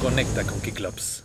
Conecta con Kiclops.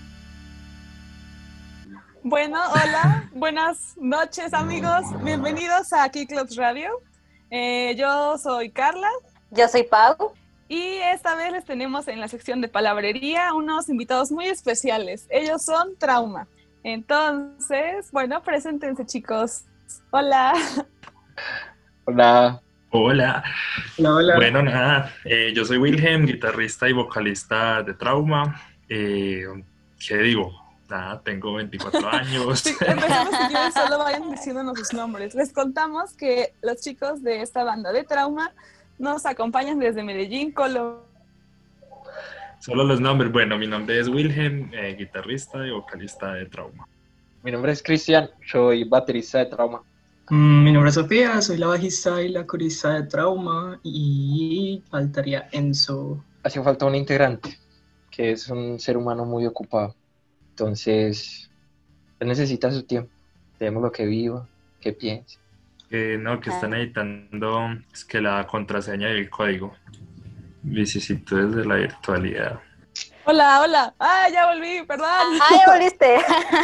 Bueno, hola, buenas noches amigos, bienvenidos a Kiclops Radio. Yo soy Carla. Yo soy Pau. Y esta vez les tenemos en la sección de palabrería unos invitados muy especiales. Ellos son Trauma. Entonces, bueno, preséntense chicos. Hola. Hola. Hola. Hola, hola. Bueno, nada, yo soy Wilhelm, guitarrista y vocalista de Trauma. ¿Qué digo? Nada, tengo 24 años. Sí, empezamos, si quieren, solo vayan diciéndonos sus nombres. Les contamos que los chicos de esta banda de Trauma nos acompañan desde Medellín, Colombia. Solo los nombres. Bueno, mi nombre es Wilhelm, guitarrista y vocalista de Trauma. Mi nombre es Cristian, soy baterista de Trauma. Mi nombre es Sofía, soy la bajista y la corista de Trauma, y faltaría Enzo. Hace falta un integrante, que es un ser humano muy ocupado. Entonces, él necesita su tiempo. Tenemos lo que viva, que piense. No, que están editando, es que la contraseña y el código. Vicisitudes de la virtualidad. Hola, hola. Ya volví, perdón. Ya volviste.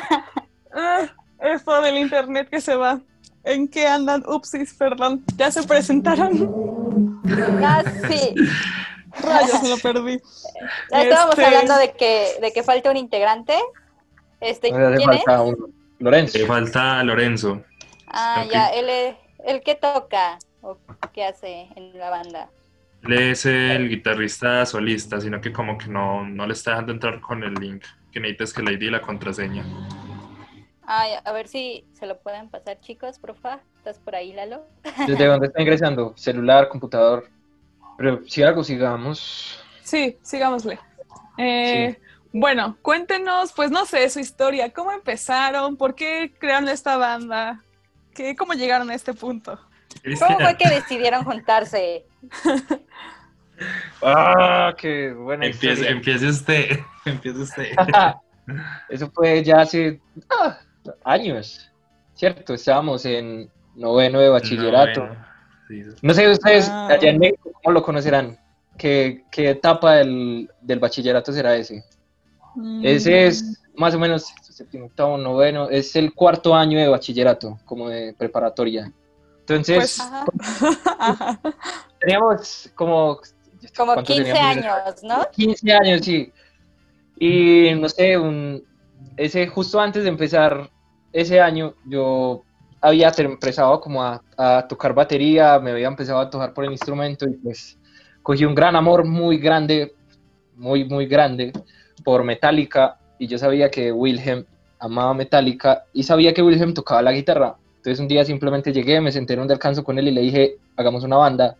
Esto del internet que se va. ¿En qué andan? Upsis, perdón. ¿Ya se presentaron? Sí. Rayos, me lo perdí. Estábamos hablando de que falta un integrante. ¿Quién es? Lorenzo. Falta Lorenzo. Ya, ¿el qué toca o qué hace en la banda? Él es el guitarrista solista, sino que como que no le está dejando entrar con el link. Que necesitas que le ID y la contraseña. A ver si se lo pueden pasar, chicos, porfa. ¿Estás por ahí, Lalo? ¿Desde dónde está ingresando? ¿Celular, computador? Pero si algo, sigamos. Sí, sigámosle. Sí. Bueno, cuéntenos, pues no sé, su historia. ¿Cómo empezaron? ¿Por qué crearon esta banda? ¿Cómo llegaron a este punto? ¿Cómo fue que decidieron juntarse? Qué buena Empiece usted. Eso fue ya hace años, ¿cierto? Estábamos en noveno de bachillerato. Sí. No sé ustedes allá en México cómo lo conocerán. ¿Qué etapa del bachillerato será ese? Ese es más o menos séptimo, octavo, noveno, es el cuarto año de bachillerato, como de preparatoria. Entonces, teníamos como 15 años, ¿no? 15 años, sí. Y no sé, justo antes de empezar ese año, yo había empezado como a tocar batería, me había empezado a tocar por el instrumento y pues cogí un gran amor muy grande, muy, muy grande por Metallica, y yo sabía que Wilhelm amaba Metallica y sabía que Wilhelm tocaba la guitarra. Entonces un día simplemente llegué, me senté en un descanso con él y le dije, hagamos una banda.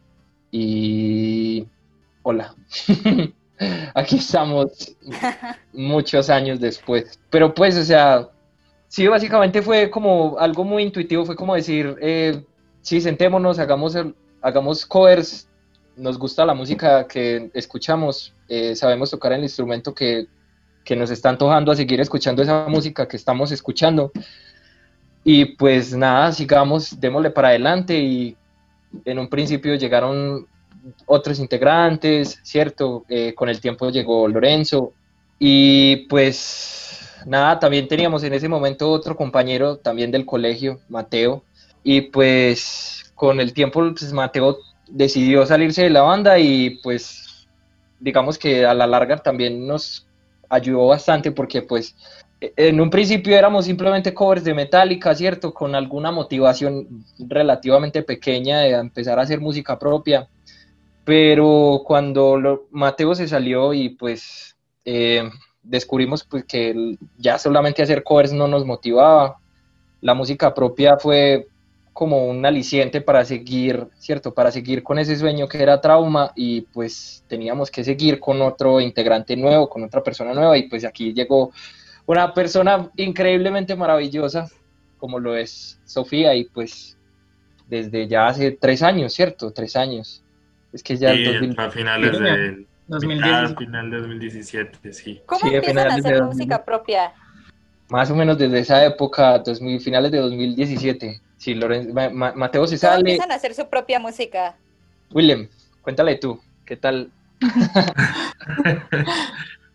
Y hola, aquí estamos muchos años después. Pero pues, o sea, sí, básicamente fue como algo muy intuitivo, fue como decir, sí, sentémonos, hagamos covers, nos gusta la música que escuchamos, sabemos tocar el instrumento que nos está antojando a seguir escuchando esa música que estamos escuchando. Y pues nada, sigamos, démosle para adelante. Y en un principio llegaron otros integrantes, ¿cierto? Con el tiempo llegó Lorenzo. Y pues nada, también teníamos en ese momento otro compañero también del colegio, Mateo. Y pues con el tiempo pues, Mateo decidió salirse de la banda y pues digamos que a la larga también nos ayudó bastante porque pues en un principio éramos simplemente covers de Metallica, ¿cierto? Con alguna motivación relativamente pequeña de empezar a hacer música propia, pero cuando Mateo se salió y pues descubrimos pues que ya solamente hacer covers no nos motivaba, la música propia fue como un aliciente para seguir, ¿cierto? Para seguir con ese sueño que era Trauma y pues teníamos que seguir con otro integrante nuevo, con otra persona nueva y pues aquí llegó una persona increíblemente maravillosa como lo es Sofía y pues desde ya hace 3 años, ¿cierto? 3 años. Es que ya el a finales del 2017. Final de 2017, sí. ¿Cómo empiezan a hacer música propia? Más o menos desde esa época, finales de 2017. Sí, Mateo se sale. ¿Cómo empiezan a hacer su propia música? William, cuéntale tú, ¿qué tal?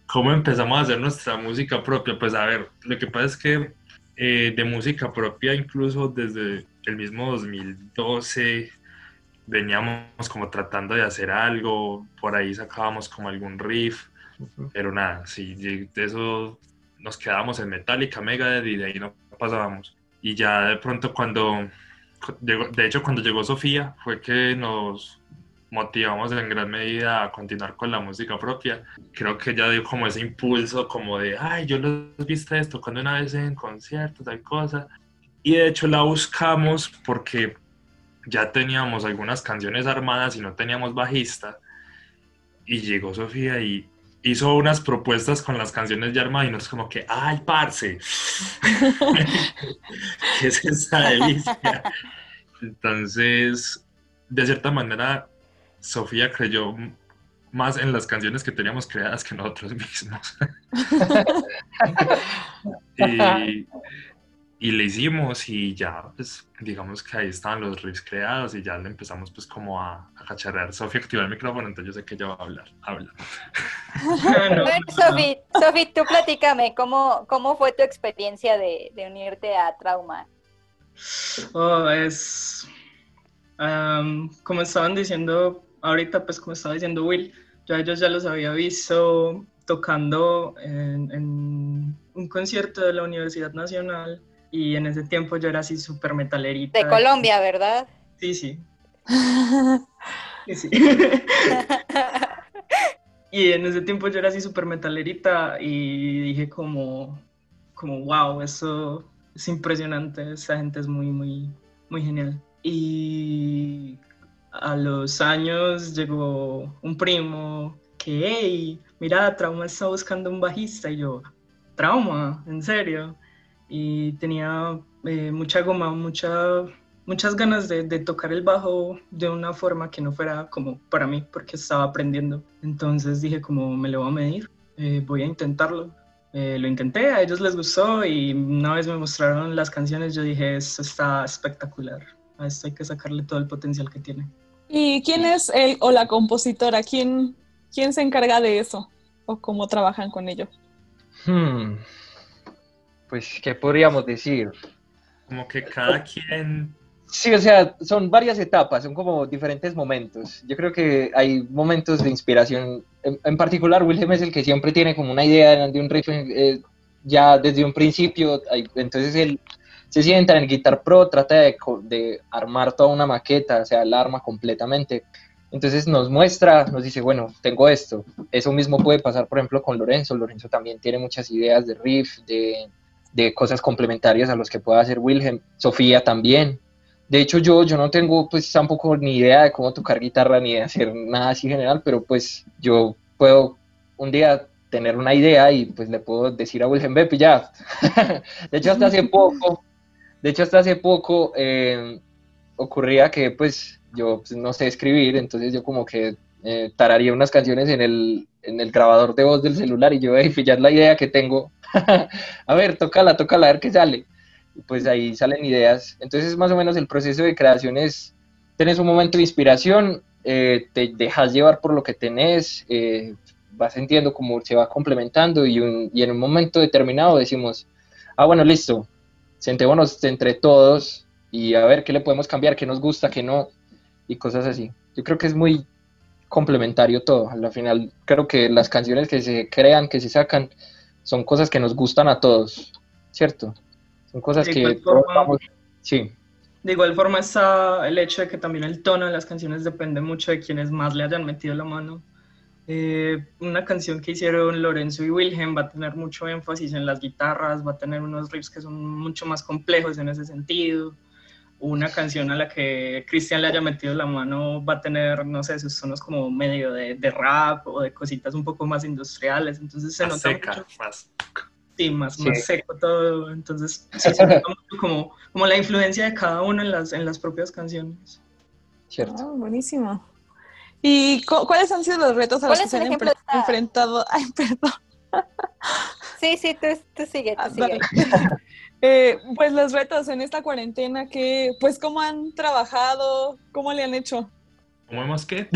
¿Cómo empezamos a hacer nuestra música propia? Pues a ver, lo que pasa es que de música propia, incluso desde el mismo 2012, veníamos como tratando de hacer algo, por ahí sacábamos como algún riff, pero nada, sí, de eso nos quedábamos en Metallica, Megadeth y de ahí no pasábamos. Y ya de pronto de hecho cuando llegó Sofía fue que nos motivamos en gran medida a continuar con la música propia. Creo que ella dio como ese impulso como de, ay, yo los viste tocando una vez en conciertos, tal cosa. Y de hecho la buscamos porque ya teníamos algunas canciones armadas y no teníamos bajista. Y llegó Sofía y hizo unas propuestas con las canciones ya armadas y nos como que, ¡ay, parce! ¿Qué es esa delicia? Entonces, de cierta manera, Sofía creyó más en las canciones que teníamos creadas que nosotros mismos. Y le hicimos y ya, pues, digamos que ahí estaban los riffs creados y ya le empezamos pues como a cacharrear. Sofía activó el micrófono, entonces yo sé que ella va a hablar. Habla. Sofi, tú platícame, ¿cómo fue tu experiencia de unirte a Trauma? Como estaban diciendo ahorita, pues como estaba diciendo Will, yo a ellos ya los había visto tocando en un concierto de la Universidad Nacional y en ese tiempo yo era así súper metalerita. De Colombia, ¿verdad? Sí. Sí. Y en ese tiempo yo era así súper metalerita y dije como wow, eso es impresionante, esa gente es muy, muy, muy genial. Y a los años llegó un primo que, hey, mira, Trauma está buscando un bajista. Y yo, ¿Trauma? ¿En serio? Y tenía mucha goma, muchas ganas de tocar el bajo de una forma que no fuera como para mí, porque estaba aprendiendo. Entonces dije como me lo voy a medir, voy a intentarlo. Lo intenté, a ellos les gustó y una vez me mostraron las canciones, yo dije, esto está espectacular, a esto hay que sacarle todo el potencial que tiene. ¿Y quién es él o la compositora? ¿Quién se encarga de eso? ¿O cómo trabajan con ello? Pues, ¿qué podríamos decir? Como que cada quien... Sí, o sea, son varias etapas, son como diferentes momentos. Yo creo que hay momentos de inspiración. En particular, Wilhelm es el que siempre tiene como una idea de un riff ya desde un principio. Entonces él se sienta en el Guitar Pro, trata de armar toda una maqueta, o sea, la arma completamente. Entonces nos muestra, nos dice, bueno, tengo esto. Eso mismo puede pasar, por ejemplo, con Lorenzo. Lorenzo también tiene muchas ideas de riff, de cosas complementarias a los que pueda hacer Wilhelm. Sofía también. De hecho, yo no tengo pues tampoco ni idea de cómo tocar guitarra ni de hacer nada así general, pero pues yo puedo un día tener una idea y pues le puedo decir a Wilhelm, ve, ya. De hecho, hasta hace poco ocurría que pues yo pues, no sé escribir, entonces yo como que tararía unas canciones en el grabador de voz del celular y yo, ya es la idea que tengo. A ver, tócala, a ver qué sale. Pues ahí salen ideas. Entonces más o menos el proceso de creación es, tenés un momento de inspiración, te dejas llevar por lo que tenés, vas sintiendo cómo se va complementando y en un momento determinado decimos, bueno, listo, sentémonos entre todos y a ver qué le podemos cambiar, qué nos gusta, qué no, y cosas así. Yo creo que es muy complementario todo. Al final creo que las canciones que se crean, que se sacan, son cosas que nos gustan a todos, ¿cierto? Son cosas que vamos... Sí. De igual forma está el hecho de que también el tono de las canciones depende mucho de quienes más le hayan metido la mano. Una canción que hicieron Lorenzo y Wilhelm va a tener mucho énfasis en las guitarras, va a tener unos riffs que son mucho más complejos en ese sentido. Una canción a la que Cristian le haya metido la mano va a tener, no sé, sus tonos como medio de rap o de cositas un poco más industriales, entonces se nota seca, mucho. Más. Sí, más seco todo, entonces sí, se nota mucho como la influencia de cada uno en las propias canciones. Cierto. Buenísimo. ¿Y cuáles han sido los retos a los que se han enfrentado? Ay, perdón. Sí, tú sigue. Pues los retos en esta cuarentena, ¿cómo han trabajado? ¿Cómo le han hecho? ¿Cómo hemos qué?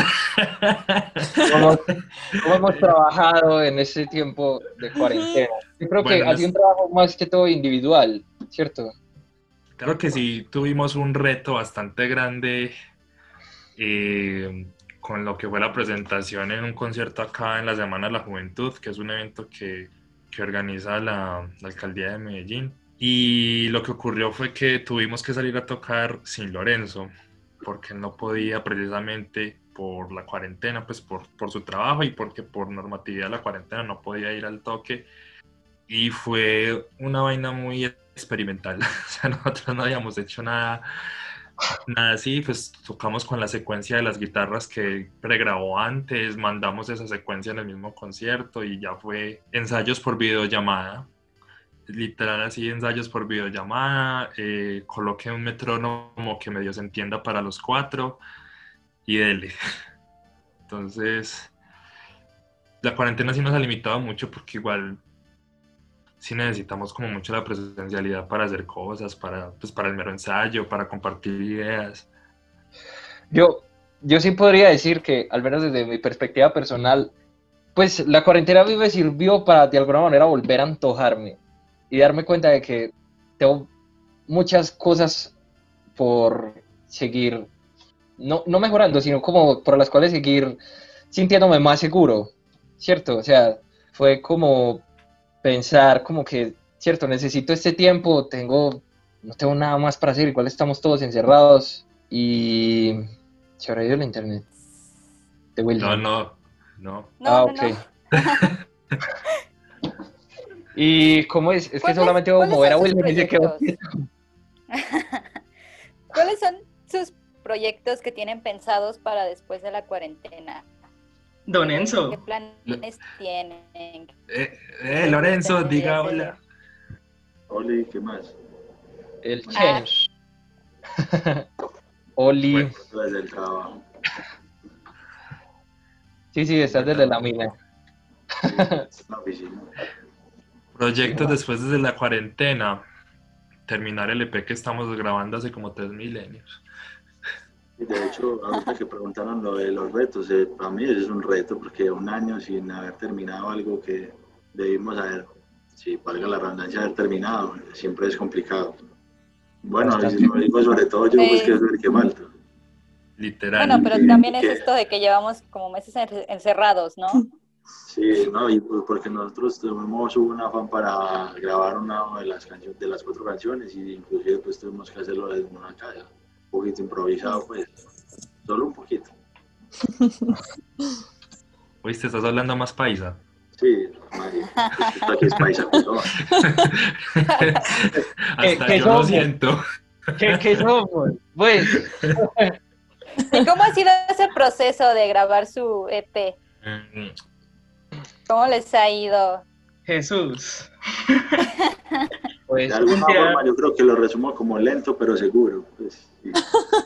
¿Cómo hemos trabajado en ese tiempo de cuarentena? Yo creo que Bueno, ha sido un trabajo más que todo individual, ¿cierto? claro que sí, tuvimos un reto bastante grande con lo que fue la presentación en un concierto acá en la Semana de la Juventud, que es un evento que organiza la Alcaldía de Medellín. Y lo que ocurrió fue que tuvimos que salir a tocar sin Lorenzo, porque él no podía precisamente por la cuarentena, pues por su trabajo y porque por normatividad de la cuarentena no podía ir al toque. Y fue una vaina muy experimental. O sea, nosotros no habíamos hecho nada así, pues tocamos con la secuencia de las guitarras que pregrabó antes, mandamos esa secuencia en el mismo concierto y ya fue ensayos por videollamada. Literal así, ensayos por videollamada, coloqué un metrónomo que medio se entienda para los 4 y dele. Entonces, la cuarentena sí nos ha limitado mucho porque igual sí necesitamos como mucho la presencialidad para hacer cosas, pues para el mero ensayo, para compartir ideas. Yo sí podría decir que, al menos desde mi perspectiva personal, pues la cuarentena a mí me sirvió para de alguna manera volver a antojarme y darme cuenta de que tengo muchas cosas por seguir, no mejorando, sino como por las cuales seguir sintiéndome más seguro, ¿cierto? O sea, fue como pensar como que, cierto, necesito este tiempo, no tengo nada más para hacer, igual estamos todos encerrados y se habrá ido el internet de Wilson. No. Ok. ¿Y cómo es? Es que solamente voy a mover a Wilson y se quedó quieto. ¿Cuáles son sus proyectos que tienen pensados para después de la cuarentena? Don Enzo. ¿Qué planes tienen? Lorenzo, diga hola. Oli, ¿qué más? El Change. Oli. Bueno, desde el trabajo. Sí, estás desde la mina. Sí, la oficina. Proyectos después de la cuarentena. Terminar el EP que estamos grabando hace como 3 milenios. Y de hecho, ahorita que preguntaron lo de los retos, para mí eso es un reto porque un año sin haber terminado algo que debimos haber, si valga la redundancia, haber terminado, siempre es complicado. Bueno, lo digo sobre todo yo, pues que es ver qué falta. Literal. Bueno, pero también es esto de que llevamos como meses encerrados, ¿no? Sí, no, y porque nosotros tuvimos un afán para grabar una de las canciones, de las 4 canciones, y inclusive pues tuvimos que hacerlo desde una casa, un poquito improvisado, pues, solo un poquito. Oye, ¿te estás hablando más paisa? Sí, María, esto aquí es paisa, pues, ¿no? Hasta yo lo siento. ¿Qué somos? Pues. ¿Y cómo ha sido ese proceso de grabar su EP? ¿Cómo les ha ido? Jesús. Pues, de alguna forma yo creo que lo resumo como lento pero seguro. Pues, sí.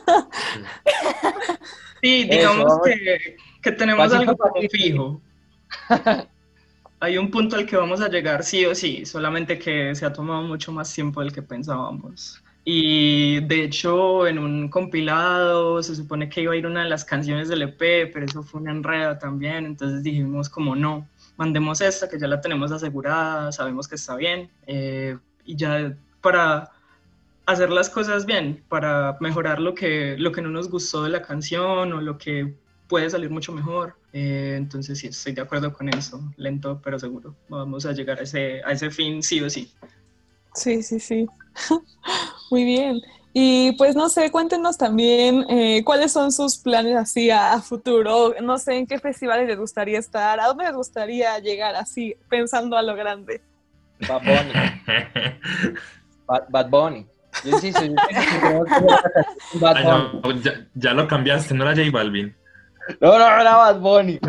Sí, digamos que tenemos algo como fijo. Hay un punto al que vamos a llegar sí o sí, solamente que se ha tomado mucho más tiempo del que pensábamos. Y de hecho en un compilado se supone que iba a ir una de las canciones del EP, pero eso fue una enreda también, entonces dijimos como no, mandemos esta que ya la tenemos asegurada, sabemos que está bien, y ya para hacer las cosas bien, para mejorar lo que no nos gustó de la canción o lo que puede salir mucho mejor. Entonces sí, estoy de acuerdo con eso, lento pero seguro. Vamos a llegar a ese fin sí o sí. Sí. Muy bien. Y pues no sé, cuéntenos también cuáles son sus planes así a futuro. No sé en qué festivales les gustaría estar, a dónde les gustaría llegar así, pensando a lo grande. Bad Bunny. Bad Bunny. Yo sí soy Bad Bunny. No, ya lo cambiaste, no era J Balvin. No, era Bad Bunny.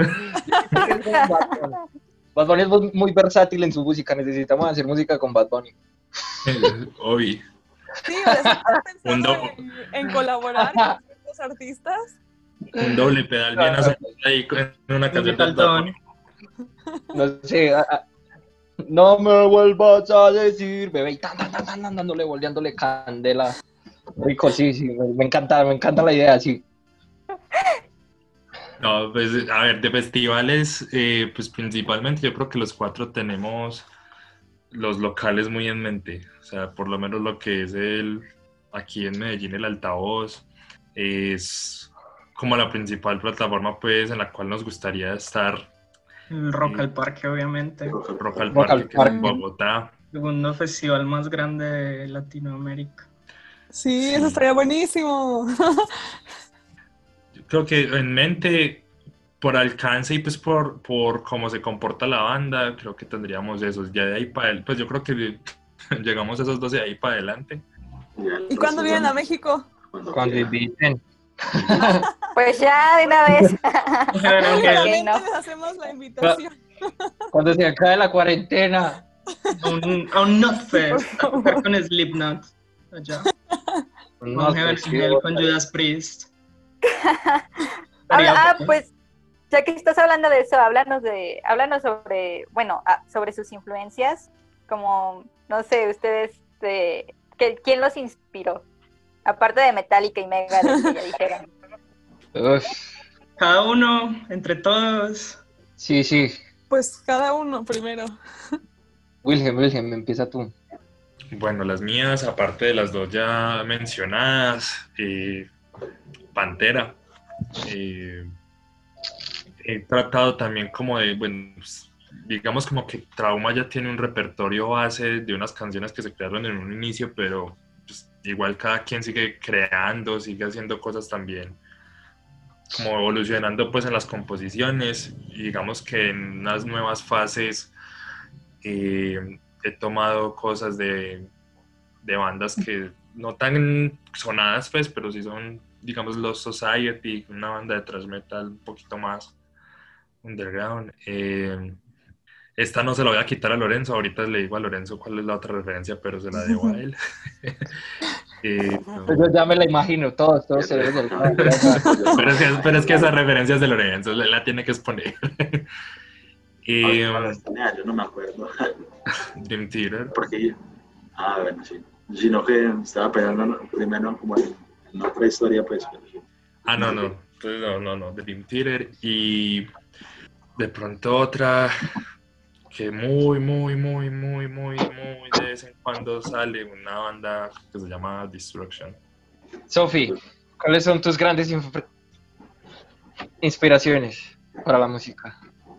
Bad Bunny es muy versátil en su música, necesitamos hacer música con Bad Bunny. Obvio. Sí, ¿estás pensando en colaborar con estos artistas? Un doble pedal bien ahí en una canción de Bad Bunny. No sé, no me vuelvas a decir, bebé, y dándole, volteándole candela. Rico, sí, me encanta la idea, sí. No, pues a ver, de festivales, pues principalmente yo creo que los cuatro tenemos los locales muy en mente. O sea, por lo menos lo que es aquí en Medellín, el Altavoz, es como la principal plataforma pues en la cual nos gustaría estar. El Rock al Parque, obviamente. Rock al Rock al Parque, que es en Parque. Bogotá. Segundo festival más grande de Latinoamérica. Sí, eso Sí. estaría buenísimo. Yo creo que en mente, por alcance y pues por cómo se comporta la banda, creo que tendríamos esos. Ya de ahí para adelante, pues yo creo que llegamos a esos dos de ahí para adelante. Ya el ¿Y cuándo resto vienen ya a México? cuando Cuando quiera. inviten. Pues ya, de una vez. Ángel, Públicamente no. les hacemos la invitación. Cuando se acabe la cuarentena. a un Notfest, a tocar con Slipknot allá. No, Con Heaven pues, and sí, Hell, con Judas Priest. Pues, ya que estás hablando de eso, háblanos sobre, bueno, sobre sus influencias, como, no sé, ustedes, ¿quién los inspiró? Aparte de Metallica y Megadeth, que ya dijeron. Uf, Cada uno, entre todos. sí, sí. Pues cada uno primero. Wilhelm, empieza tú. Bueno, las mías, aparte de las dos ya mencionadas, Pantera. He tratado también como de, bueno, pues, digamos como que Trauma ya tiene un repertorio base de unas canciones que se crearon en un inicio, pero pues, igual cada quien sigue creando, sigue haciendo cosas también, como evolucionando pues en las composiciones, y digamos que en unas nuevas fases he tomado cosas de bandas que no tan sonadas pues, pero sí son, digamos, Lost Society, una banda de thrash metal un poquito más underground. Esta no se la voy a quitar a Lorenzo, ahorita le digo a Lorenzo cuál es la otra referencia, pero se la debo a él. Pues yo ya me la imagino, todos se deben del pero es que esa referencia es de Lorenzo, la tiene que exponer. Yo no me acuerdo. Dream Theater. Porque, bueno, sí. Sino que estaba pensando primero como en otra historia, pues. No. Entonces, no, Dream Theater. Y de pronto otra que muy de vez en cuando sale, una banda que se llama Destruction. Sophie, ¿cuáles son tus grandes inspiraciones para la música?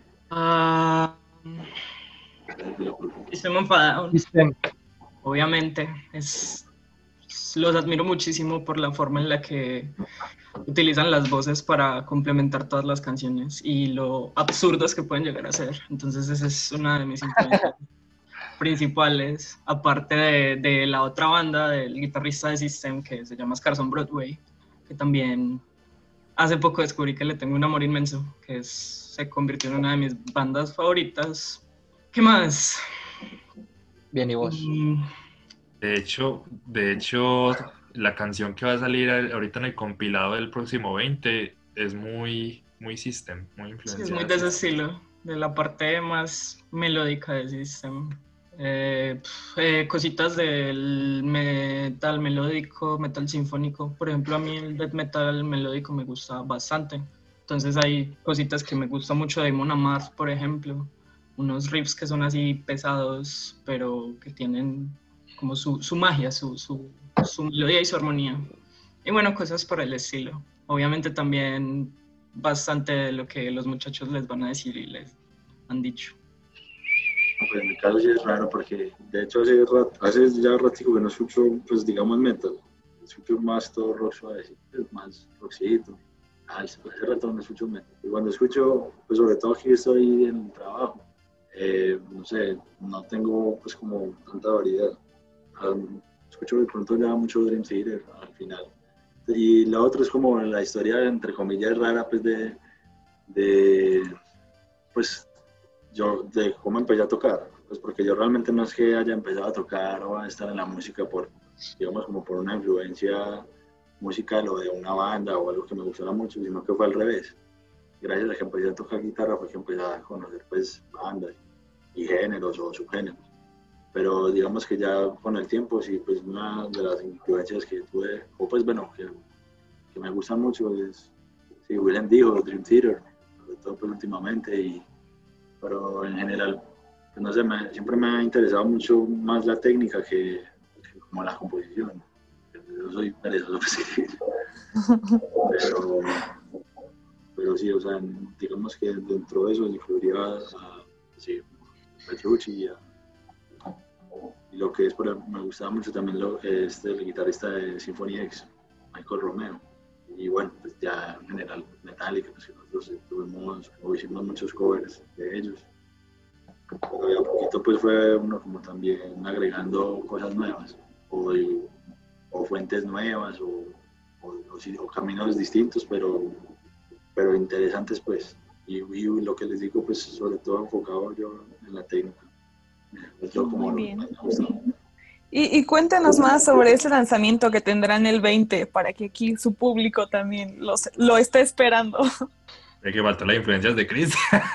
System of a Down. System. Obviamente, los admiro muchísimo por la forma en la que utilizan las voces para complementar todas las canciones y lo absurdas que pueden llegar a ser. Entonces esa es una de mis influencias principales, aparte de la otra banda del guitarrista de System que se llama Carson Broadway, que también hace poco descubrí que le tengo un amor inmenso, que se convirtió en una de mis bandas favoritas. ¿Qué más? Bien, ¿y vos? De hecho, la canción que va a salir ahorita en el compilado del próximo 20 es muy System, muy influenciada. Sí, es muy de ese estilo, de la parte más melódica de System. Cositas del metal melódico, metal sinfónico. Por ejemplo, a mí el death metal melódico me gusta bastante. Entonces hay cositas que me gusta mucho de Amon Amarth, por ejemplo. Unos riffs que son así pesados, pero que tienen como su magia, su melodía y su armonía. Y bueno, cosas por el estilo. Obviamente también bastante de lo que los muchachos les van a decir y les han dicho. Pues en mi caso sí es raro porque de hecho hace ya ratico que no escucho, pues digamos metal. Escucho más todo rock suave, más rockcito. Hace rato no escucho metal. Y cuando escucho, pues sobre todo aquí estoy en el trabajo. No sé, no tengo pues como tanta variedad. Escucho de pronto ya mucho Dream Theater al final. Y la otra es como la historia, entre comillas, rara, pues pues yo, de cómo empecé a tocar. Pues porque yo realmente no es que haya empezado a tocar o a estar en la música digamos, como por una influencia musical o de una banda o algo que me gustara mucho, sino que fue al revés. Gracias a que empecé a tocar guitarra fue que empecé a conocer pues bandas y géneros o subgéneros. Pero digamos que ya con el tiempo, sí, pues una de las influencias que tuve, o pues bueno, que me gustan mucho es sí, Willem dijo, Dream Theater, sobre todo pues, últimamente, pero en general, pues, no sé, siempre me ha interesado mucho más la técnica que como la composición. Yo soy perezoso para escribir, pero, pero sí, o sea, digamos que dentro de eso incluiría a sí, Petrucci y lo que es, me gustaba mucho también el guitarrista de Symphony X, Michael Romeo. Y bueno, pues ya en general Metallica, pues que nosotros hicimos muchos covers de ellos. Pero de a poquito pues fue uno como también agregando cosas nuevas, o fuentes nuevas, o caminos distintos, pero interesantes pues. Y lo que les digo pues sobre todo enfocado yo en la técnica. Es lo como Muy bien. me gusta. Y cuéntanos más sobre ese lanzamiento que tendrán el 20 para que aquí su público también lo esté esperando. Hay que faltar las influencias de Chris.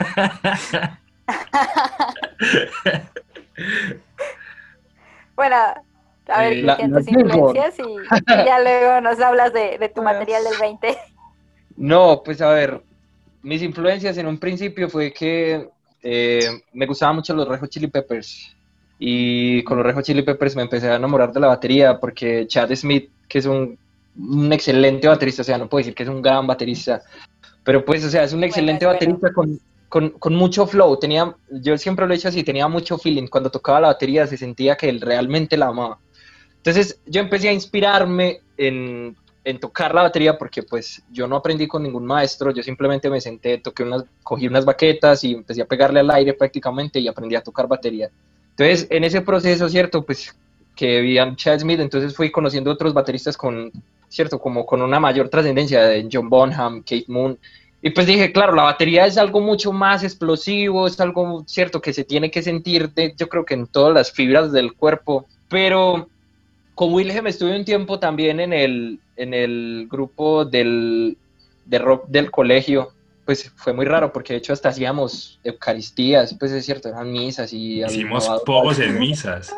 Bueno, a ver, Cristian, tus influencias y ya luego nos hablas de tu material del 20. No, pues a ver, mis influencias en un principio fue que me gustaban mucho los Red Hot Chili Peppers. Y con los Red Hot Chili Peppers me empecé a enamorar de la batería porque Chad Smith, que es un excelente baterista, o sea, no puedo decir que es un gran baterista, pero pues, o sea, es un excelente baterista con mucho flow. Yo siempre lo he hecho así, tenía mucho feeling. Cuando tocaba la batería se sentía que él realmente la amaba. Entonces yo empecé a inspirarme en tocar la batería porque pues yo no aprendí con ningún maestro, yo simplemente me senté, cogí unas baquetas y empecé a pegarle al aire prácticamente y aprendí a tocar batería. Entonces en ese proceso, cierto, pues que vi a Chad Smith, entonces fui conociendo otros bateristas cierto, como con una mayor trascendencia, de John Bonham, Keith Moon, y pues dije, claro, la batería es algo mucho más explosivo, es algo, cierto, que se tiene que sentir, yo creo que en todas las fibras del cuerpo, pero con Wilhelm estuve un tiempo también en el grupo de rock del colegio. Pues fue muy raro porque de hecho hasta hacíamos eucaristías, pues es cierto, eran misas y hicimos pogos en misas.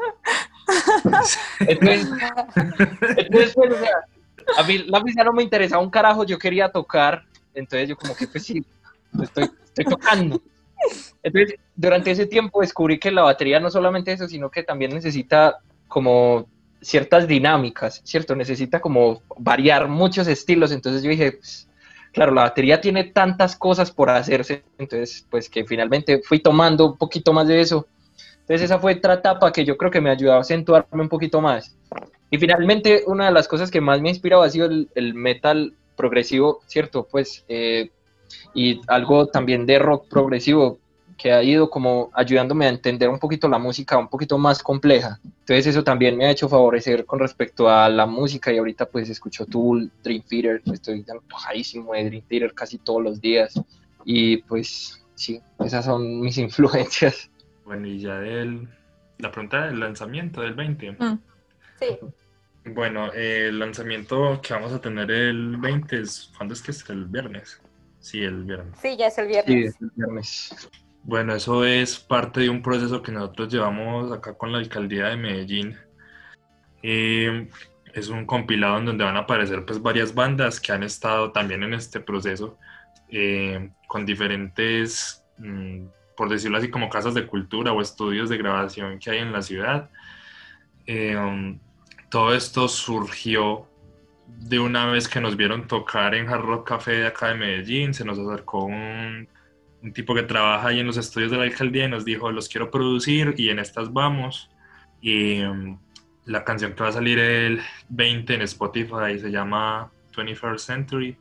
Entonces pues, o sea, a mí la misa no me interesaba un carajo, yo quería tocar, entonces yo como que pues sí, estoy tocando. Entonces durante ese tiempo descubrí que la batería no solamente eso, sino que también necesita como ciertas dinámicas, ¿cierto? Necesita como variar muchos estilos, entonces yo dije, pues, claro, la batería tiene tantas cosas por hacerse, entonces pues que finalmente fui tomando un poquito más de eso. Entonces esa fue otra etapa que yo creo que me ayudó a acentuarme un poquito más. Y finalmente una de las cosas que más me ha inspirado ha sido el metal progresivo, ¿cierto? Pues y algo también de rock progresivo que ha ido como ayudándome a entender un poquito la música un poquito más compleja. Entonces eso también me ha hecho favorecer con respecto a la música y ahorita pues escucho Tool, Dream Theater, estoy antojadísimo de Dream Theater casi todos los días y pues sí, esas son mis influencias. Bueno, y ya la pregunta del lanzamiento del 20. Sí. Bueno, el lanzamiento que vamos a tener el 20 ¿cuándo es que es? ¿El viernes? Sí, el viernes. Sí, ya es el viernes. Sí, es el viernes. Bueno, eso es parte de un proceso que nosotros llevamos acá con la alcaldía de Medellín. Es un compilado en donde van a aparecer pues varias bandas que han estado también en este proceso con diferentes, por decirlo así, como casas de cultura o estudios de grabación que hay en la ciudad. Todo esto surgió de una vez que nos vieron tocar en Hard Rock Café de acá de Medellín. Se nos acercó un tipo que trabaja ahí en los estudios de la alcaldía y nos dijo, los quiero producir y en estas vamos. Y la canción que va a salir el 20 en Spotify se llama 21st Century.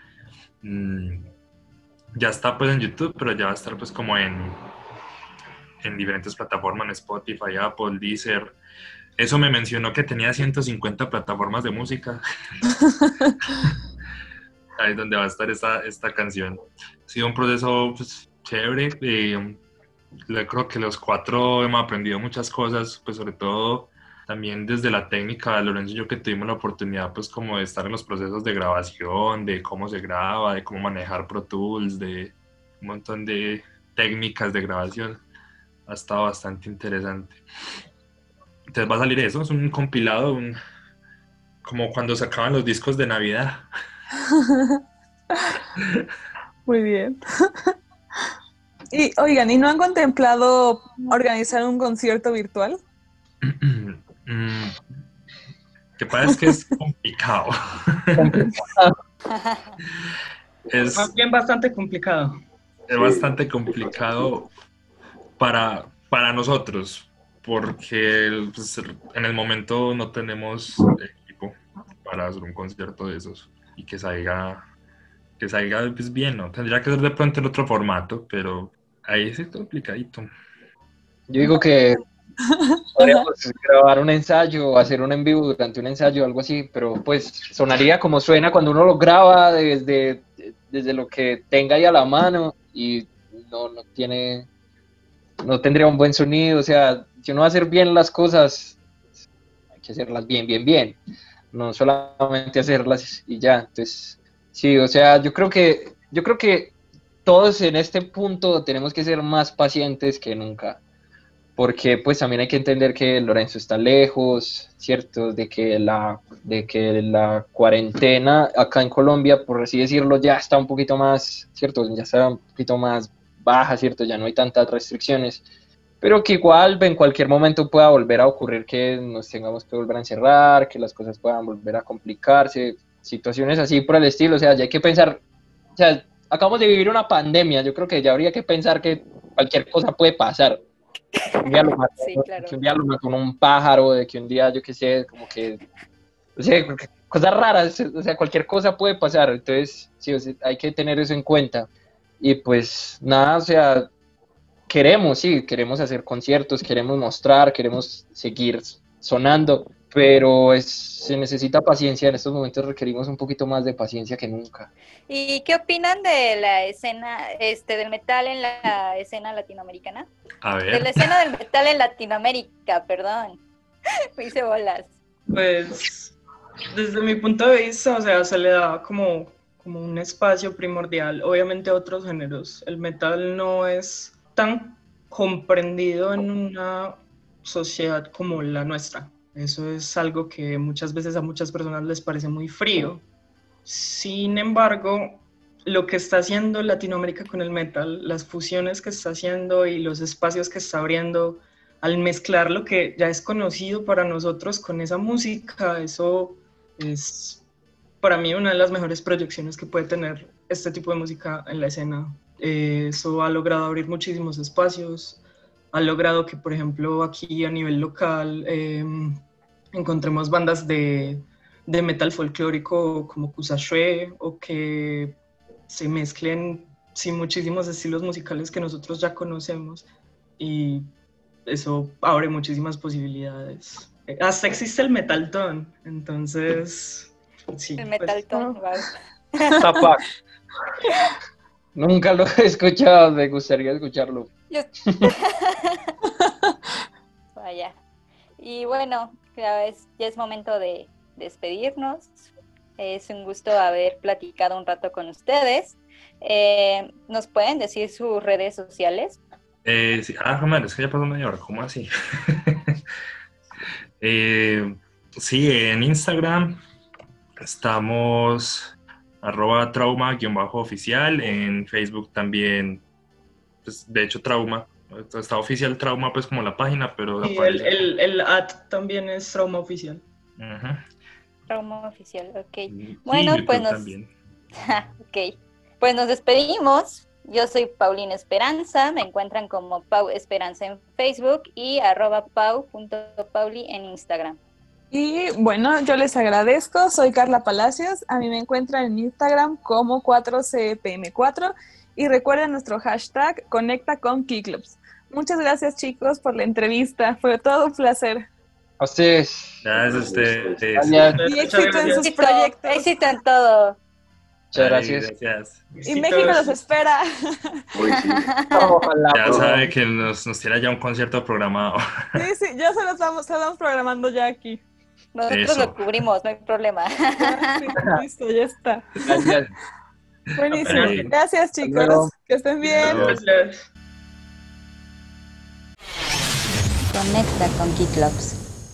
Ya está pues en YouTube, pero ya va a estar pues como en diferentes plataformas, en Spotify, Apple, Deezer. Eso me mencionó que tenía 150 plataformas de música. Ahí es donde va a estar esta canción. Ha sido un proceso pues, chévere. Creo que los cuatro hemos aprendido muchas cosas, pues sobre todo también desde la técnica. Lorenzo y yo que tuvimos la oportunidad pues como de estar en los procesos de grabación, de cómo se graba, de cómo manejar Pro Tools, de un montón de técnicas de grabación. Ha estado bastante interesante. Entonces va a salir eso, es un compilado, como cuando sacaban los discos de Navidad. Muy bien. Y oigan, ¿y no han contemplado organizar un concierto virtual? Que pasa es que es complicado. Es Más bien bastante complicado. bastante complicado para nosotros, porque pues, en el momento no tenemos equipo para hacer un concierto de esos y que salga pues, bien, ¿no? Tendría que ser de pronto en otro formato, pero ahí es complicadito. Yo digo que podríamos grabar un ensayo o hacer un en vivo durante un ensayo o algo así, pero pues sonaría como suena cuando uno lo graba desde lo que tenga ahí a la mano y no tendría un buen sonido. O sea, si uno va a hacer bien las cosas, hay que hacerlas bien, no solamente hacerlas y ya. Entonces, sí, o sea, yo creo que todos en este punto tenemos que ser más pacientes que nunca, porque pues también hay que entender que Lorenzo está lejos, ¿cierto? De que la cuarentena acá en Colombia, por así decirlo, ya está un poquito más, ¿cierto? Ya está un poquito más baja, ¿cierto? Ya no hay tantas restricciones, pero que igual en cualquier momento pueda volver a ocurrir que nos tengamos que volver a encerrar, que las cosas puedan volver a complicarse, situaciones así por el estilo. O sea, ya hay que pensar, o sea, acabamos de vivir una pandemia, yo creo que ya habría que pensar que cualquier cosa puede pasar. Un día lo mató, Sí, claro. que un día lo mató un pájaro, de que un día, yo qué sé, como que, o sea, cosas raras, o sea, cualquier cosa puede pasar. Entonces, sí, o sea, hay que tener eso en cuenta. Y pues nada, o sea, queremos hacer conciertos, queremos mostrar, queremos seguir sonando, pero se necesita paciencia. En estos momentos requerimos un poquito más de paciencia que nunca. ¿Y qué opinan de la escena, del metal en la escena latinoamericana? A De la ver, escena del metal en Latinoamérica, perdón. Me hice bolas. Pues, desde mi punto de vista, o sea, se le da como un espacio primordial, obviamente a otros géneros. El metal no es tan comprendido en una sociedad como la nuestra. Eso es algo que muchas veces a muchas personas les parece muy frío. Sin embargo, lo que está haciendo Latinoamérica con el metal, las fusiones que está haciendo y los espacios que está abriendo, al mezclar lo que ya es conocido para nosotros con esa música, eso es para mí una de las mejores proyecciones que puede tener este tipo de música en la escena. Eso ha logrado abrir muchísimos espacios, ha logrado que, por ejemplo, aquí a nivel local encontremos bandas de metal folclórico como Kusashue, o que se mezclen muchísimos estilos musicales que nosotros ya conocemos, y eso abre muchísimas posibilidades. Hasta existe el metaltón, entonces sí. El metaltón, wow. Zapá. Nunca lo he escuchado, me gustaría escucharlo. Vaya. Y bueno, ya es momento de despedirnos. Es un gusto haber platicado un rato con ustedes. ¿Nos pueden decir sus redes sociales? sí. Romero, es que ya pasó media hora, ¿cómo así? Sí, en Instagram estamos @trauma_oficial, en Facebook también, pues, de hecho Trauma, está oficial Trauma pues como la página, pero Y aparece. el ad también es Trauma Oficial. Uh-huh. Trauma oficial, ok. Y Bueno, YouTube pues también. Ok, pues nos despedimos. Yo soy Paulina Esperanza, me encuentran como Pau Esperanza en Facebook y @pau.pauli en Instagram. Y bueno, yo les agradezco, soy Carla Palacios, a mí me encuentran en Instagram como 4cpm4 y recuerden nuestro hashtag Conecta con Keyclubs. Muchas gracias, chicos, por la entrevista, fue todo un placer. A ustedes. Gracias a ustedes. Gracias. Y éxito en sus proyectos. Éxito en todo. Muchas Ay, gracias. gracias. Y México los espera. Uy, sí. Ojalá. Ya sabe que nos tiene ya un concierto programado. Sí, ya se lo estamos programando ya aquí. Nosotros Eso. lo cubrimos, no hay problema. Ya, sí, listo, ya está. Gracias. Buenísimo. Ok. Gracias, Hasta luego. chicos. Que estén bien. Gracias. Conecta con Keyclubs.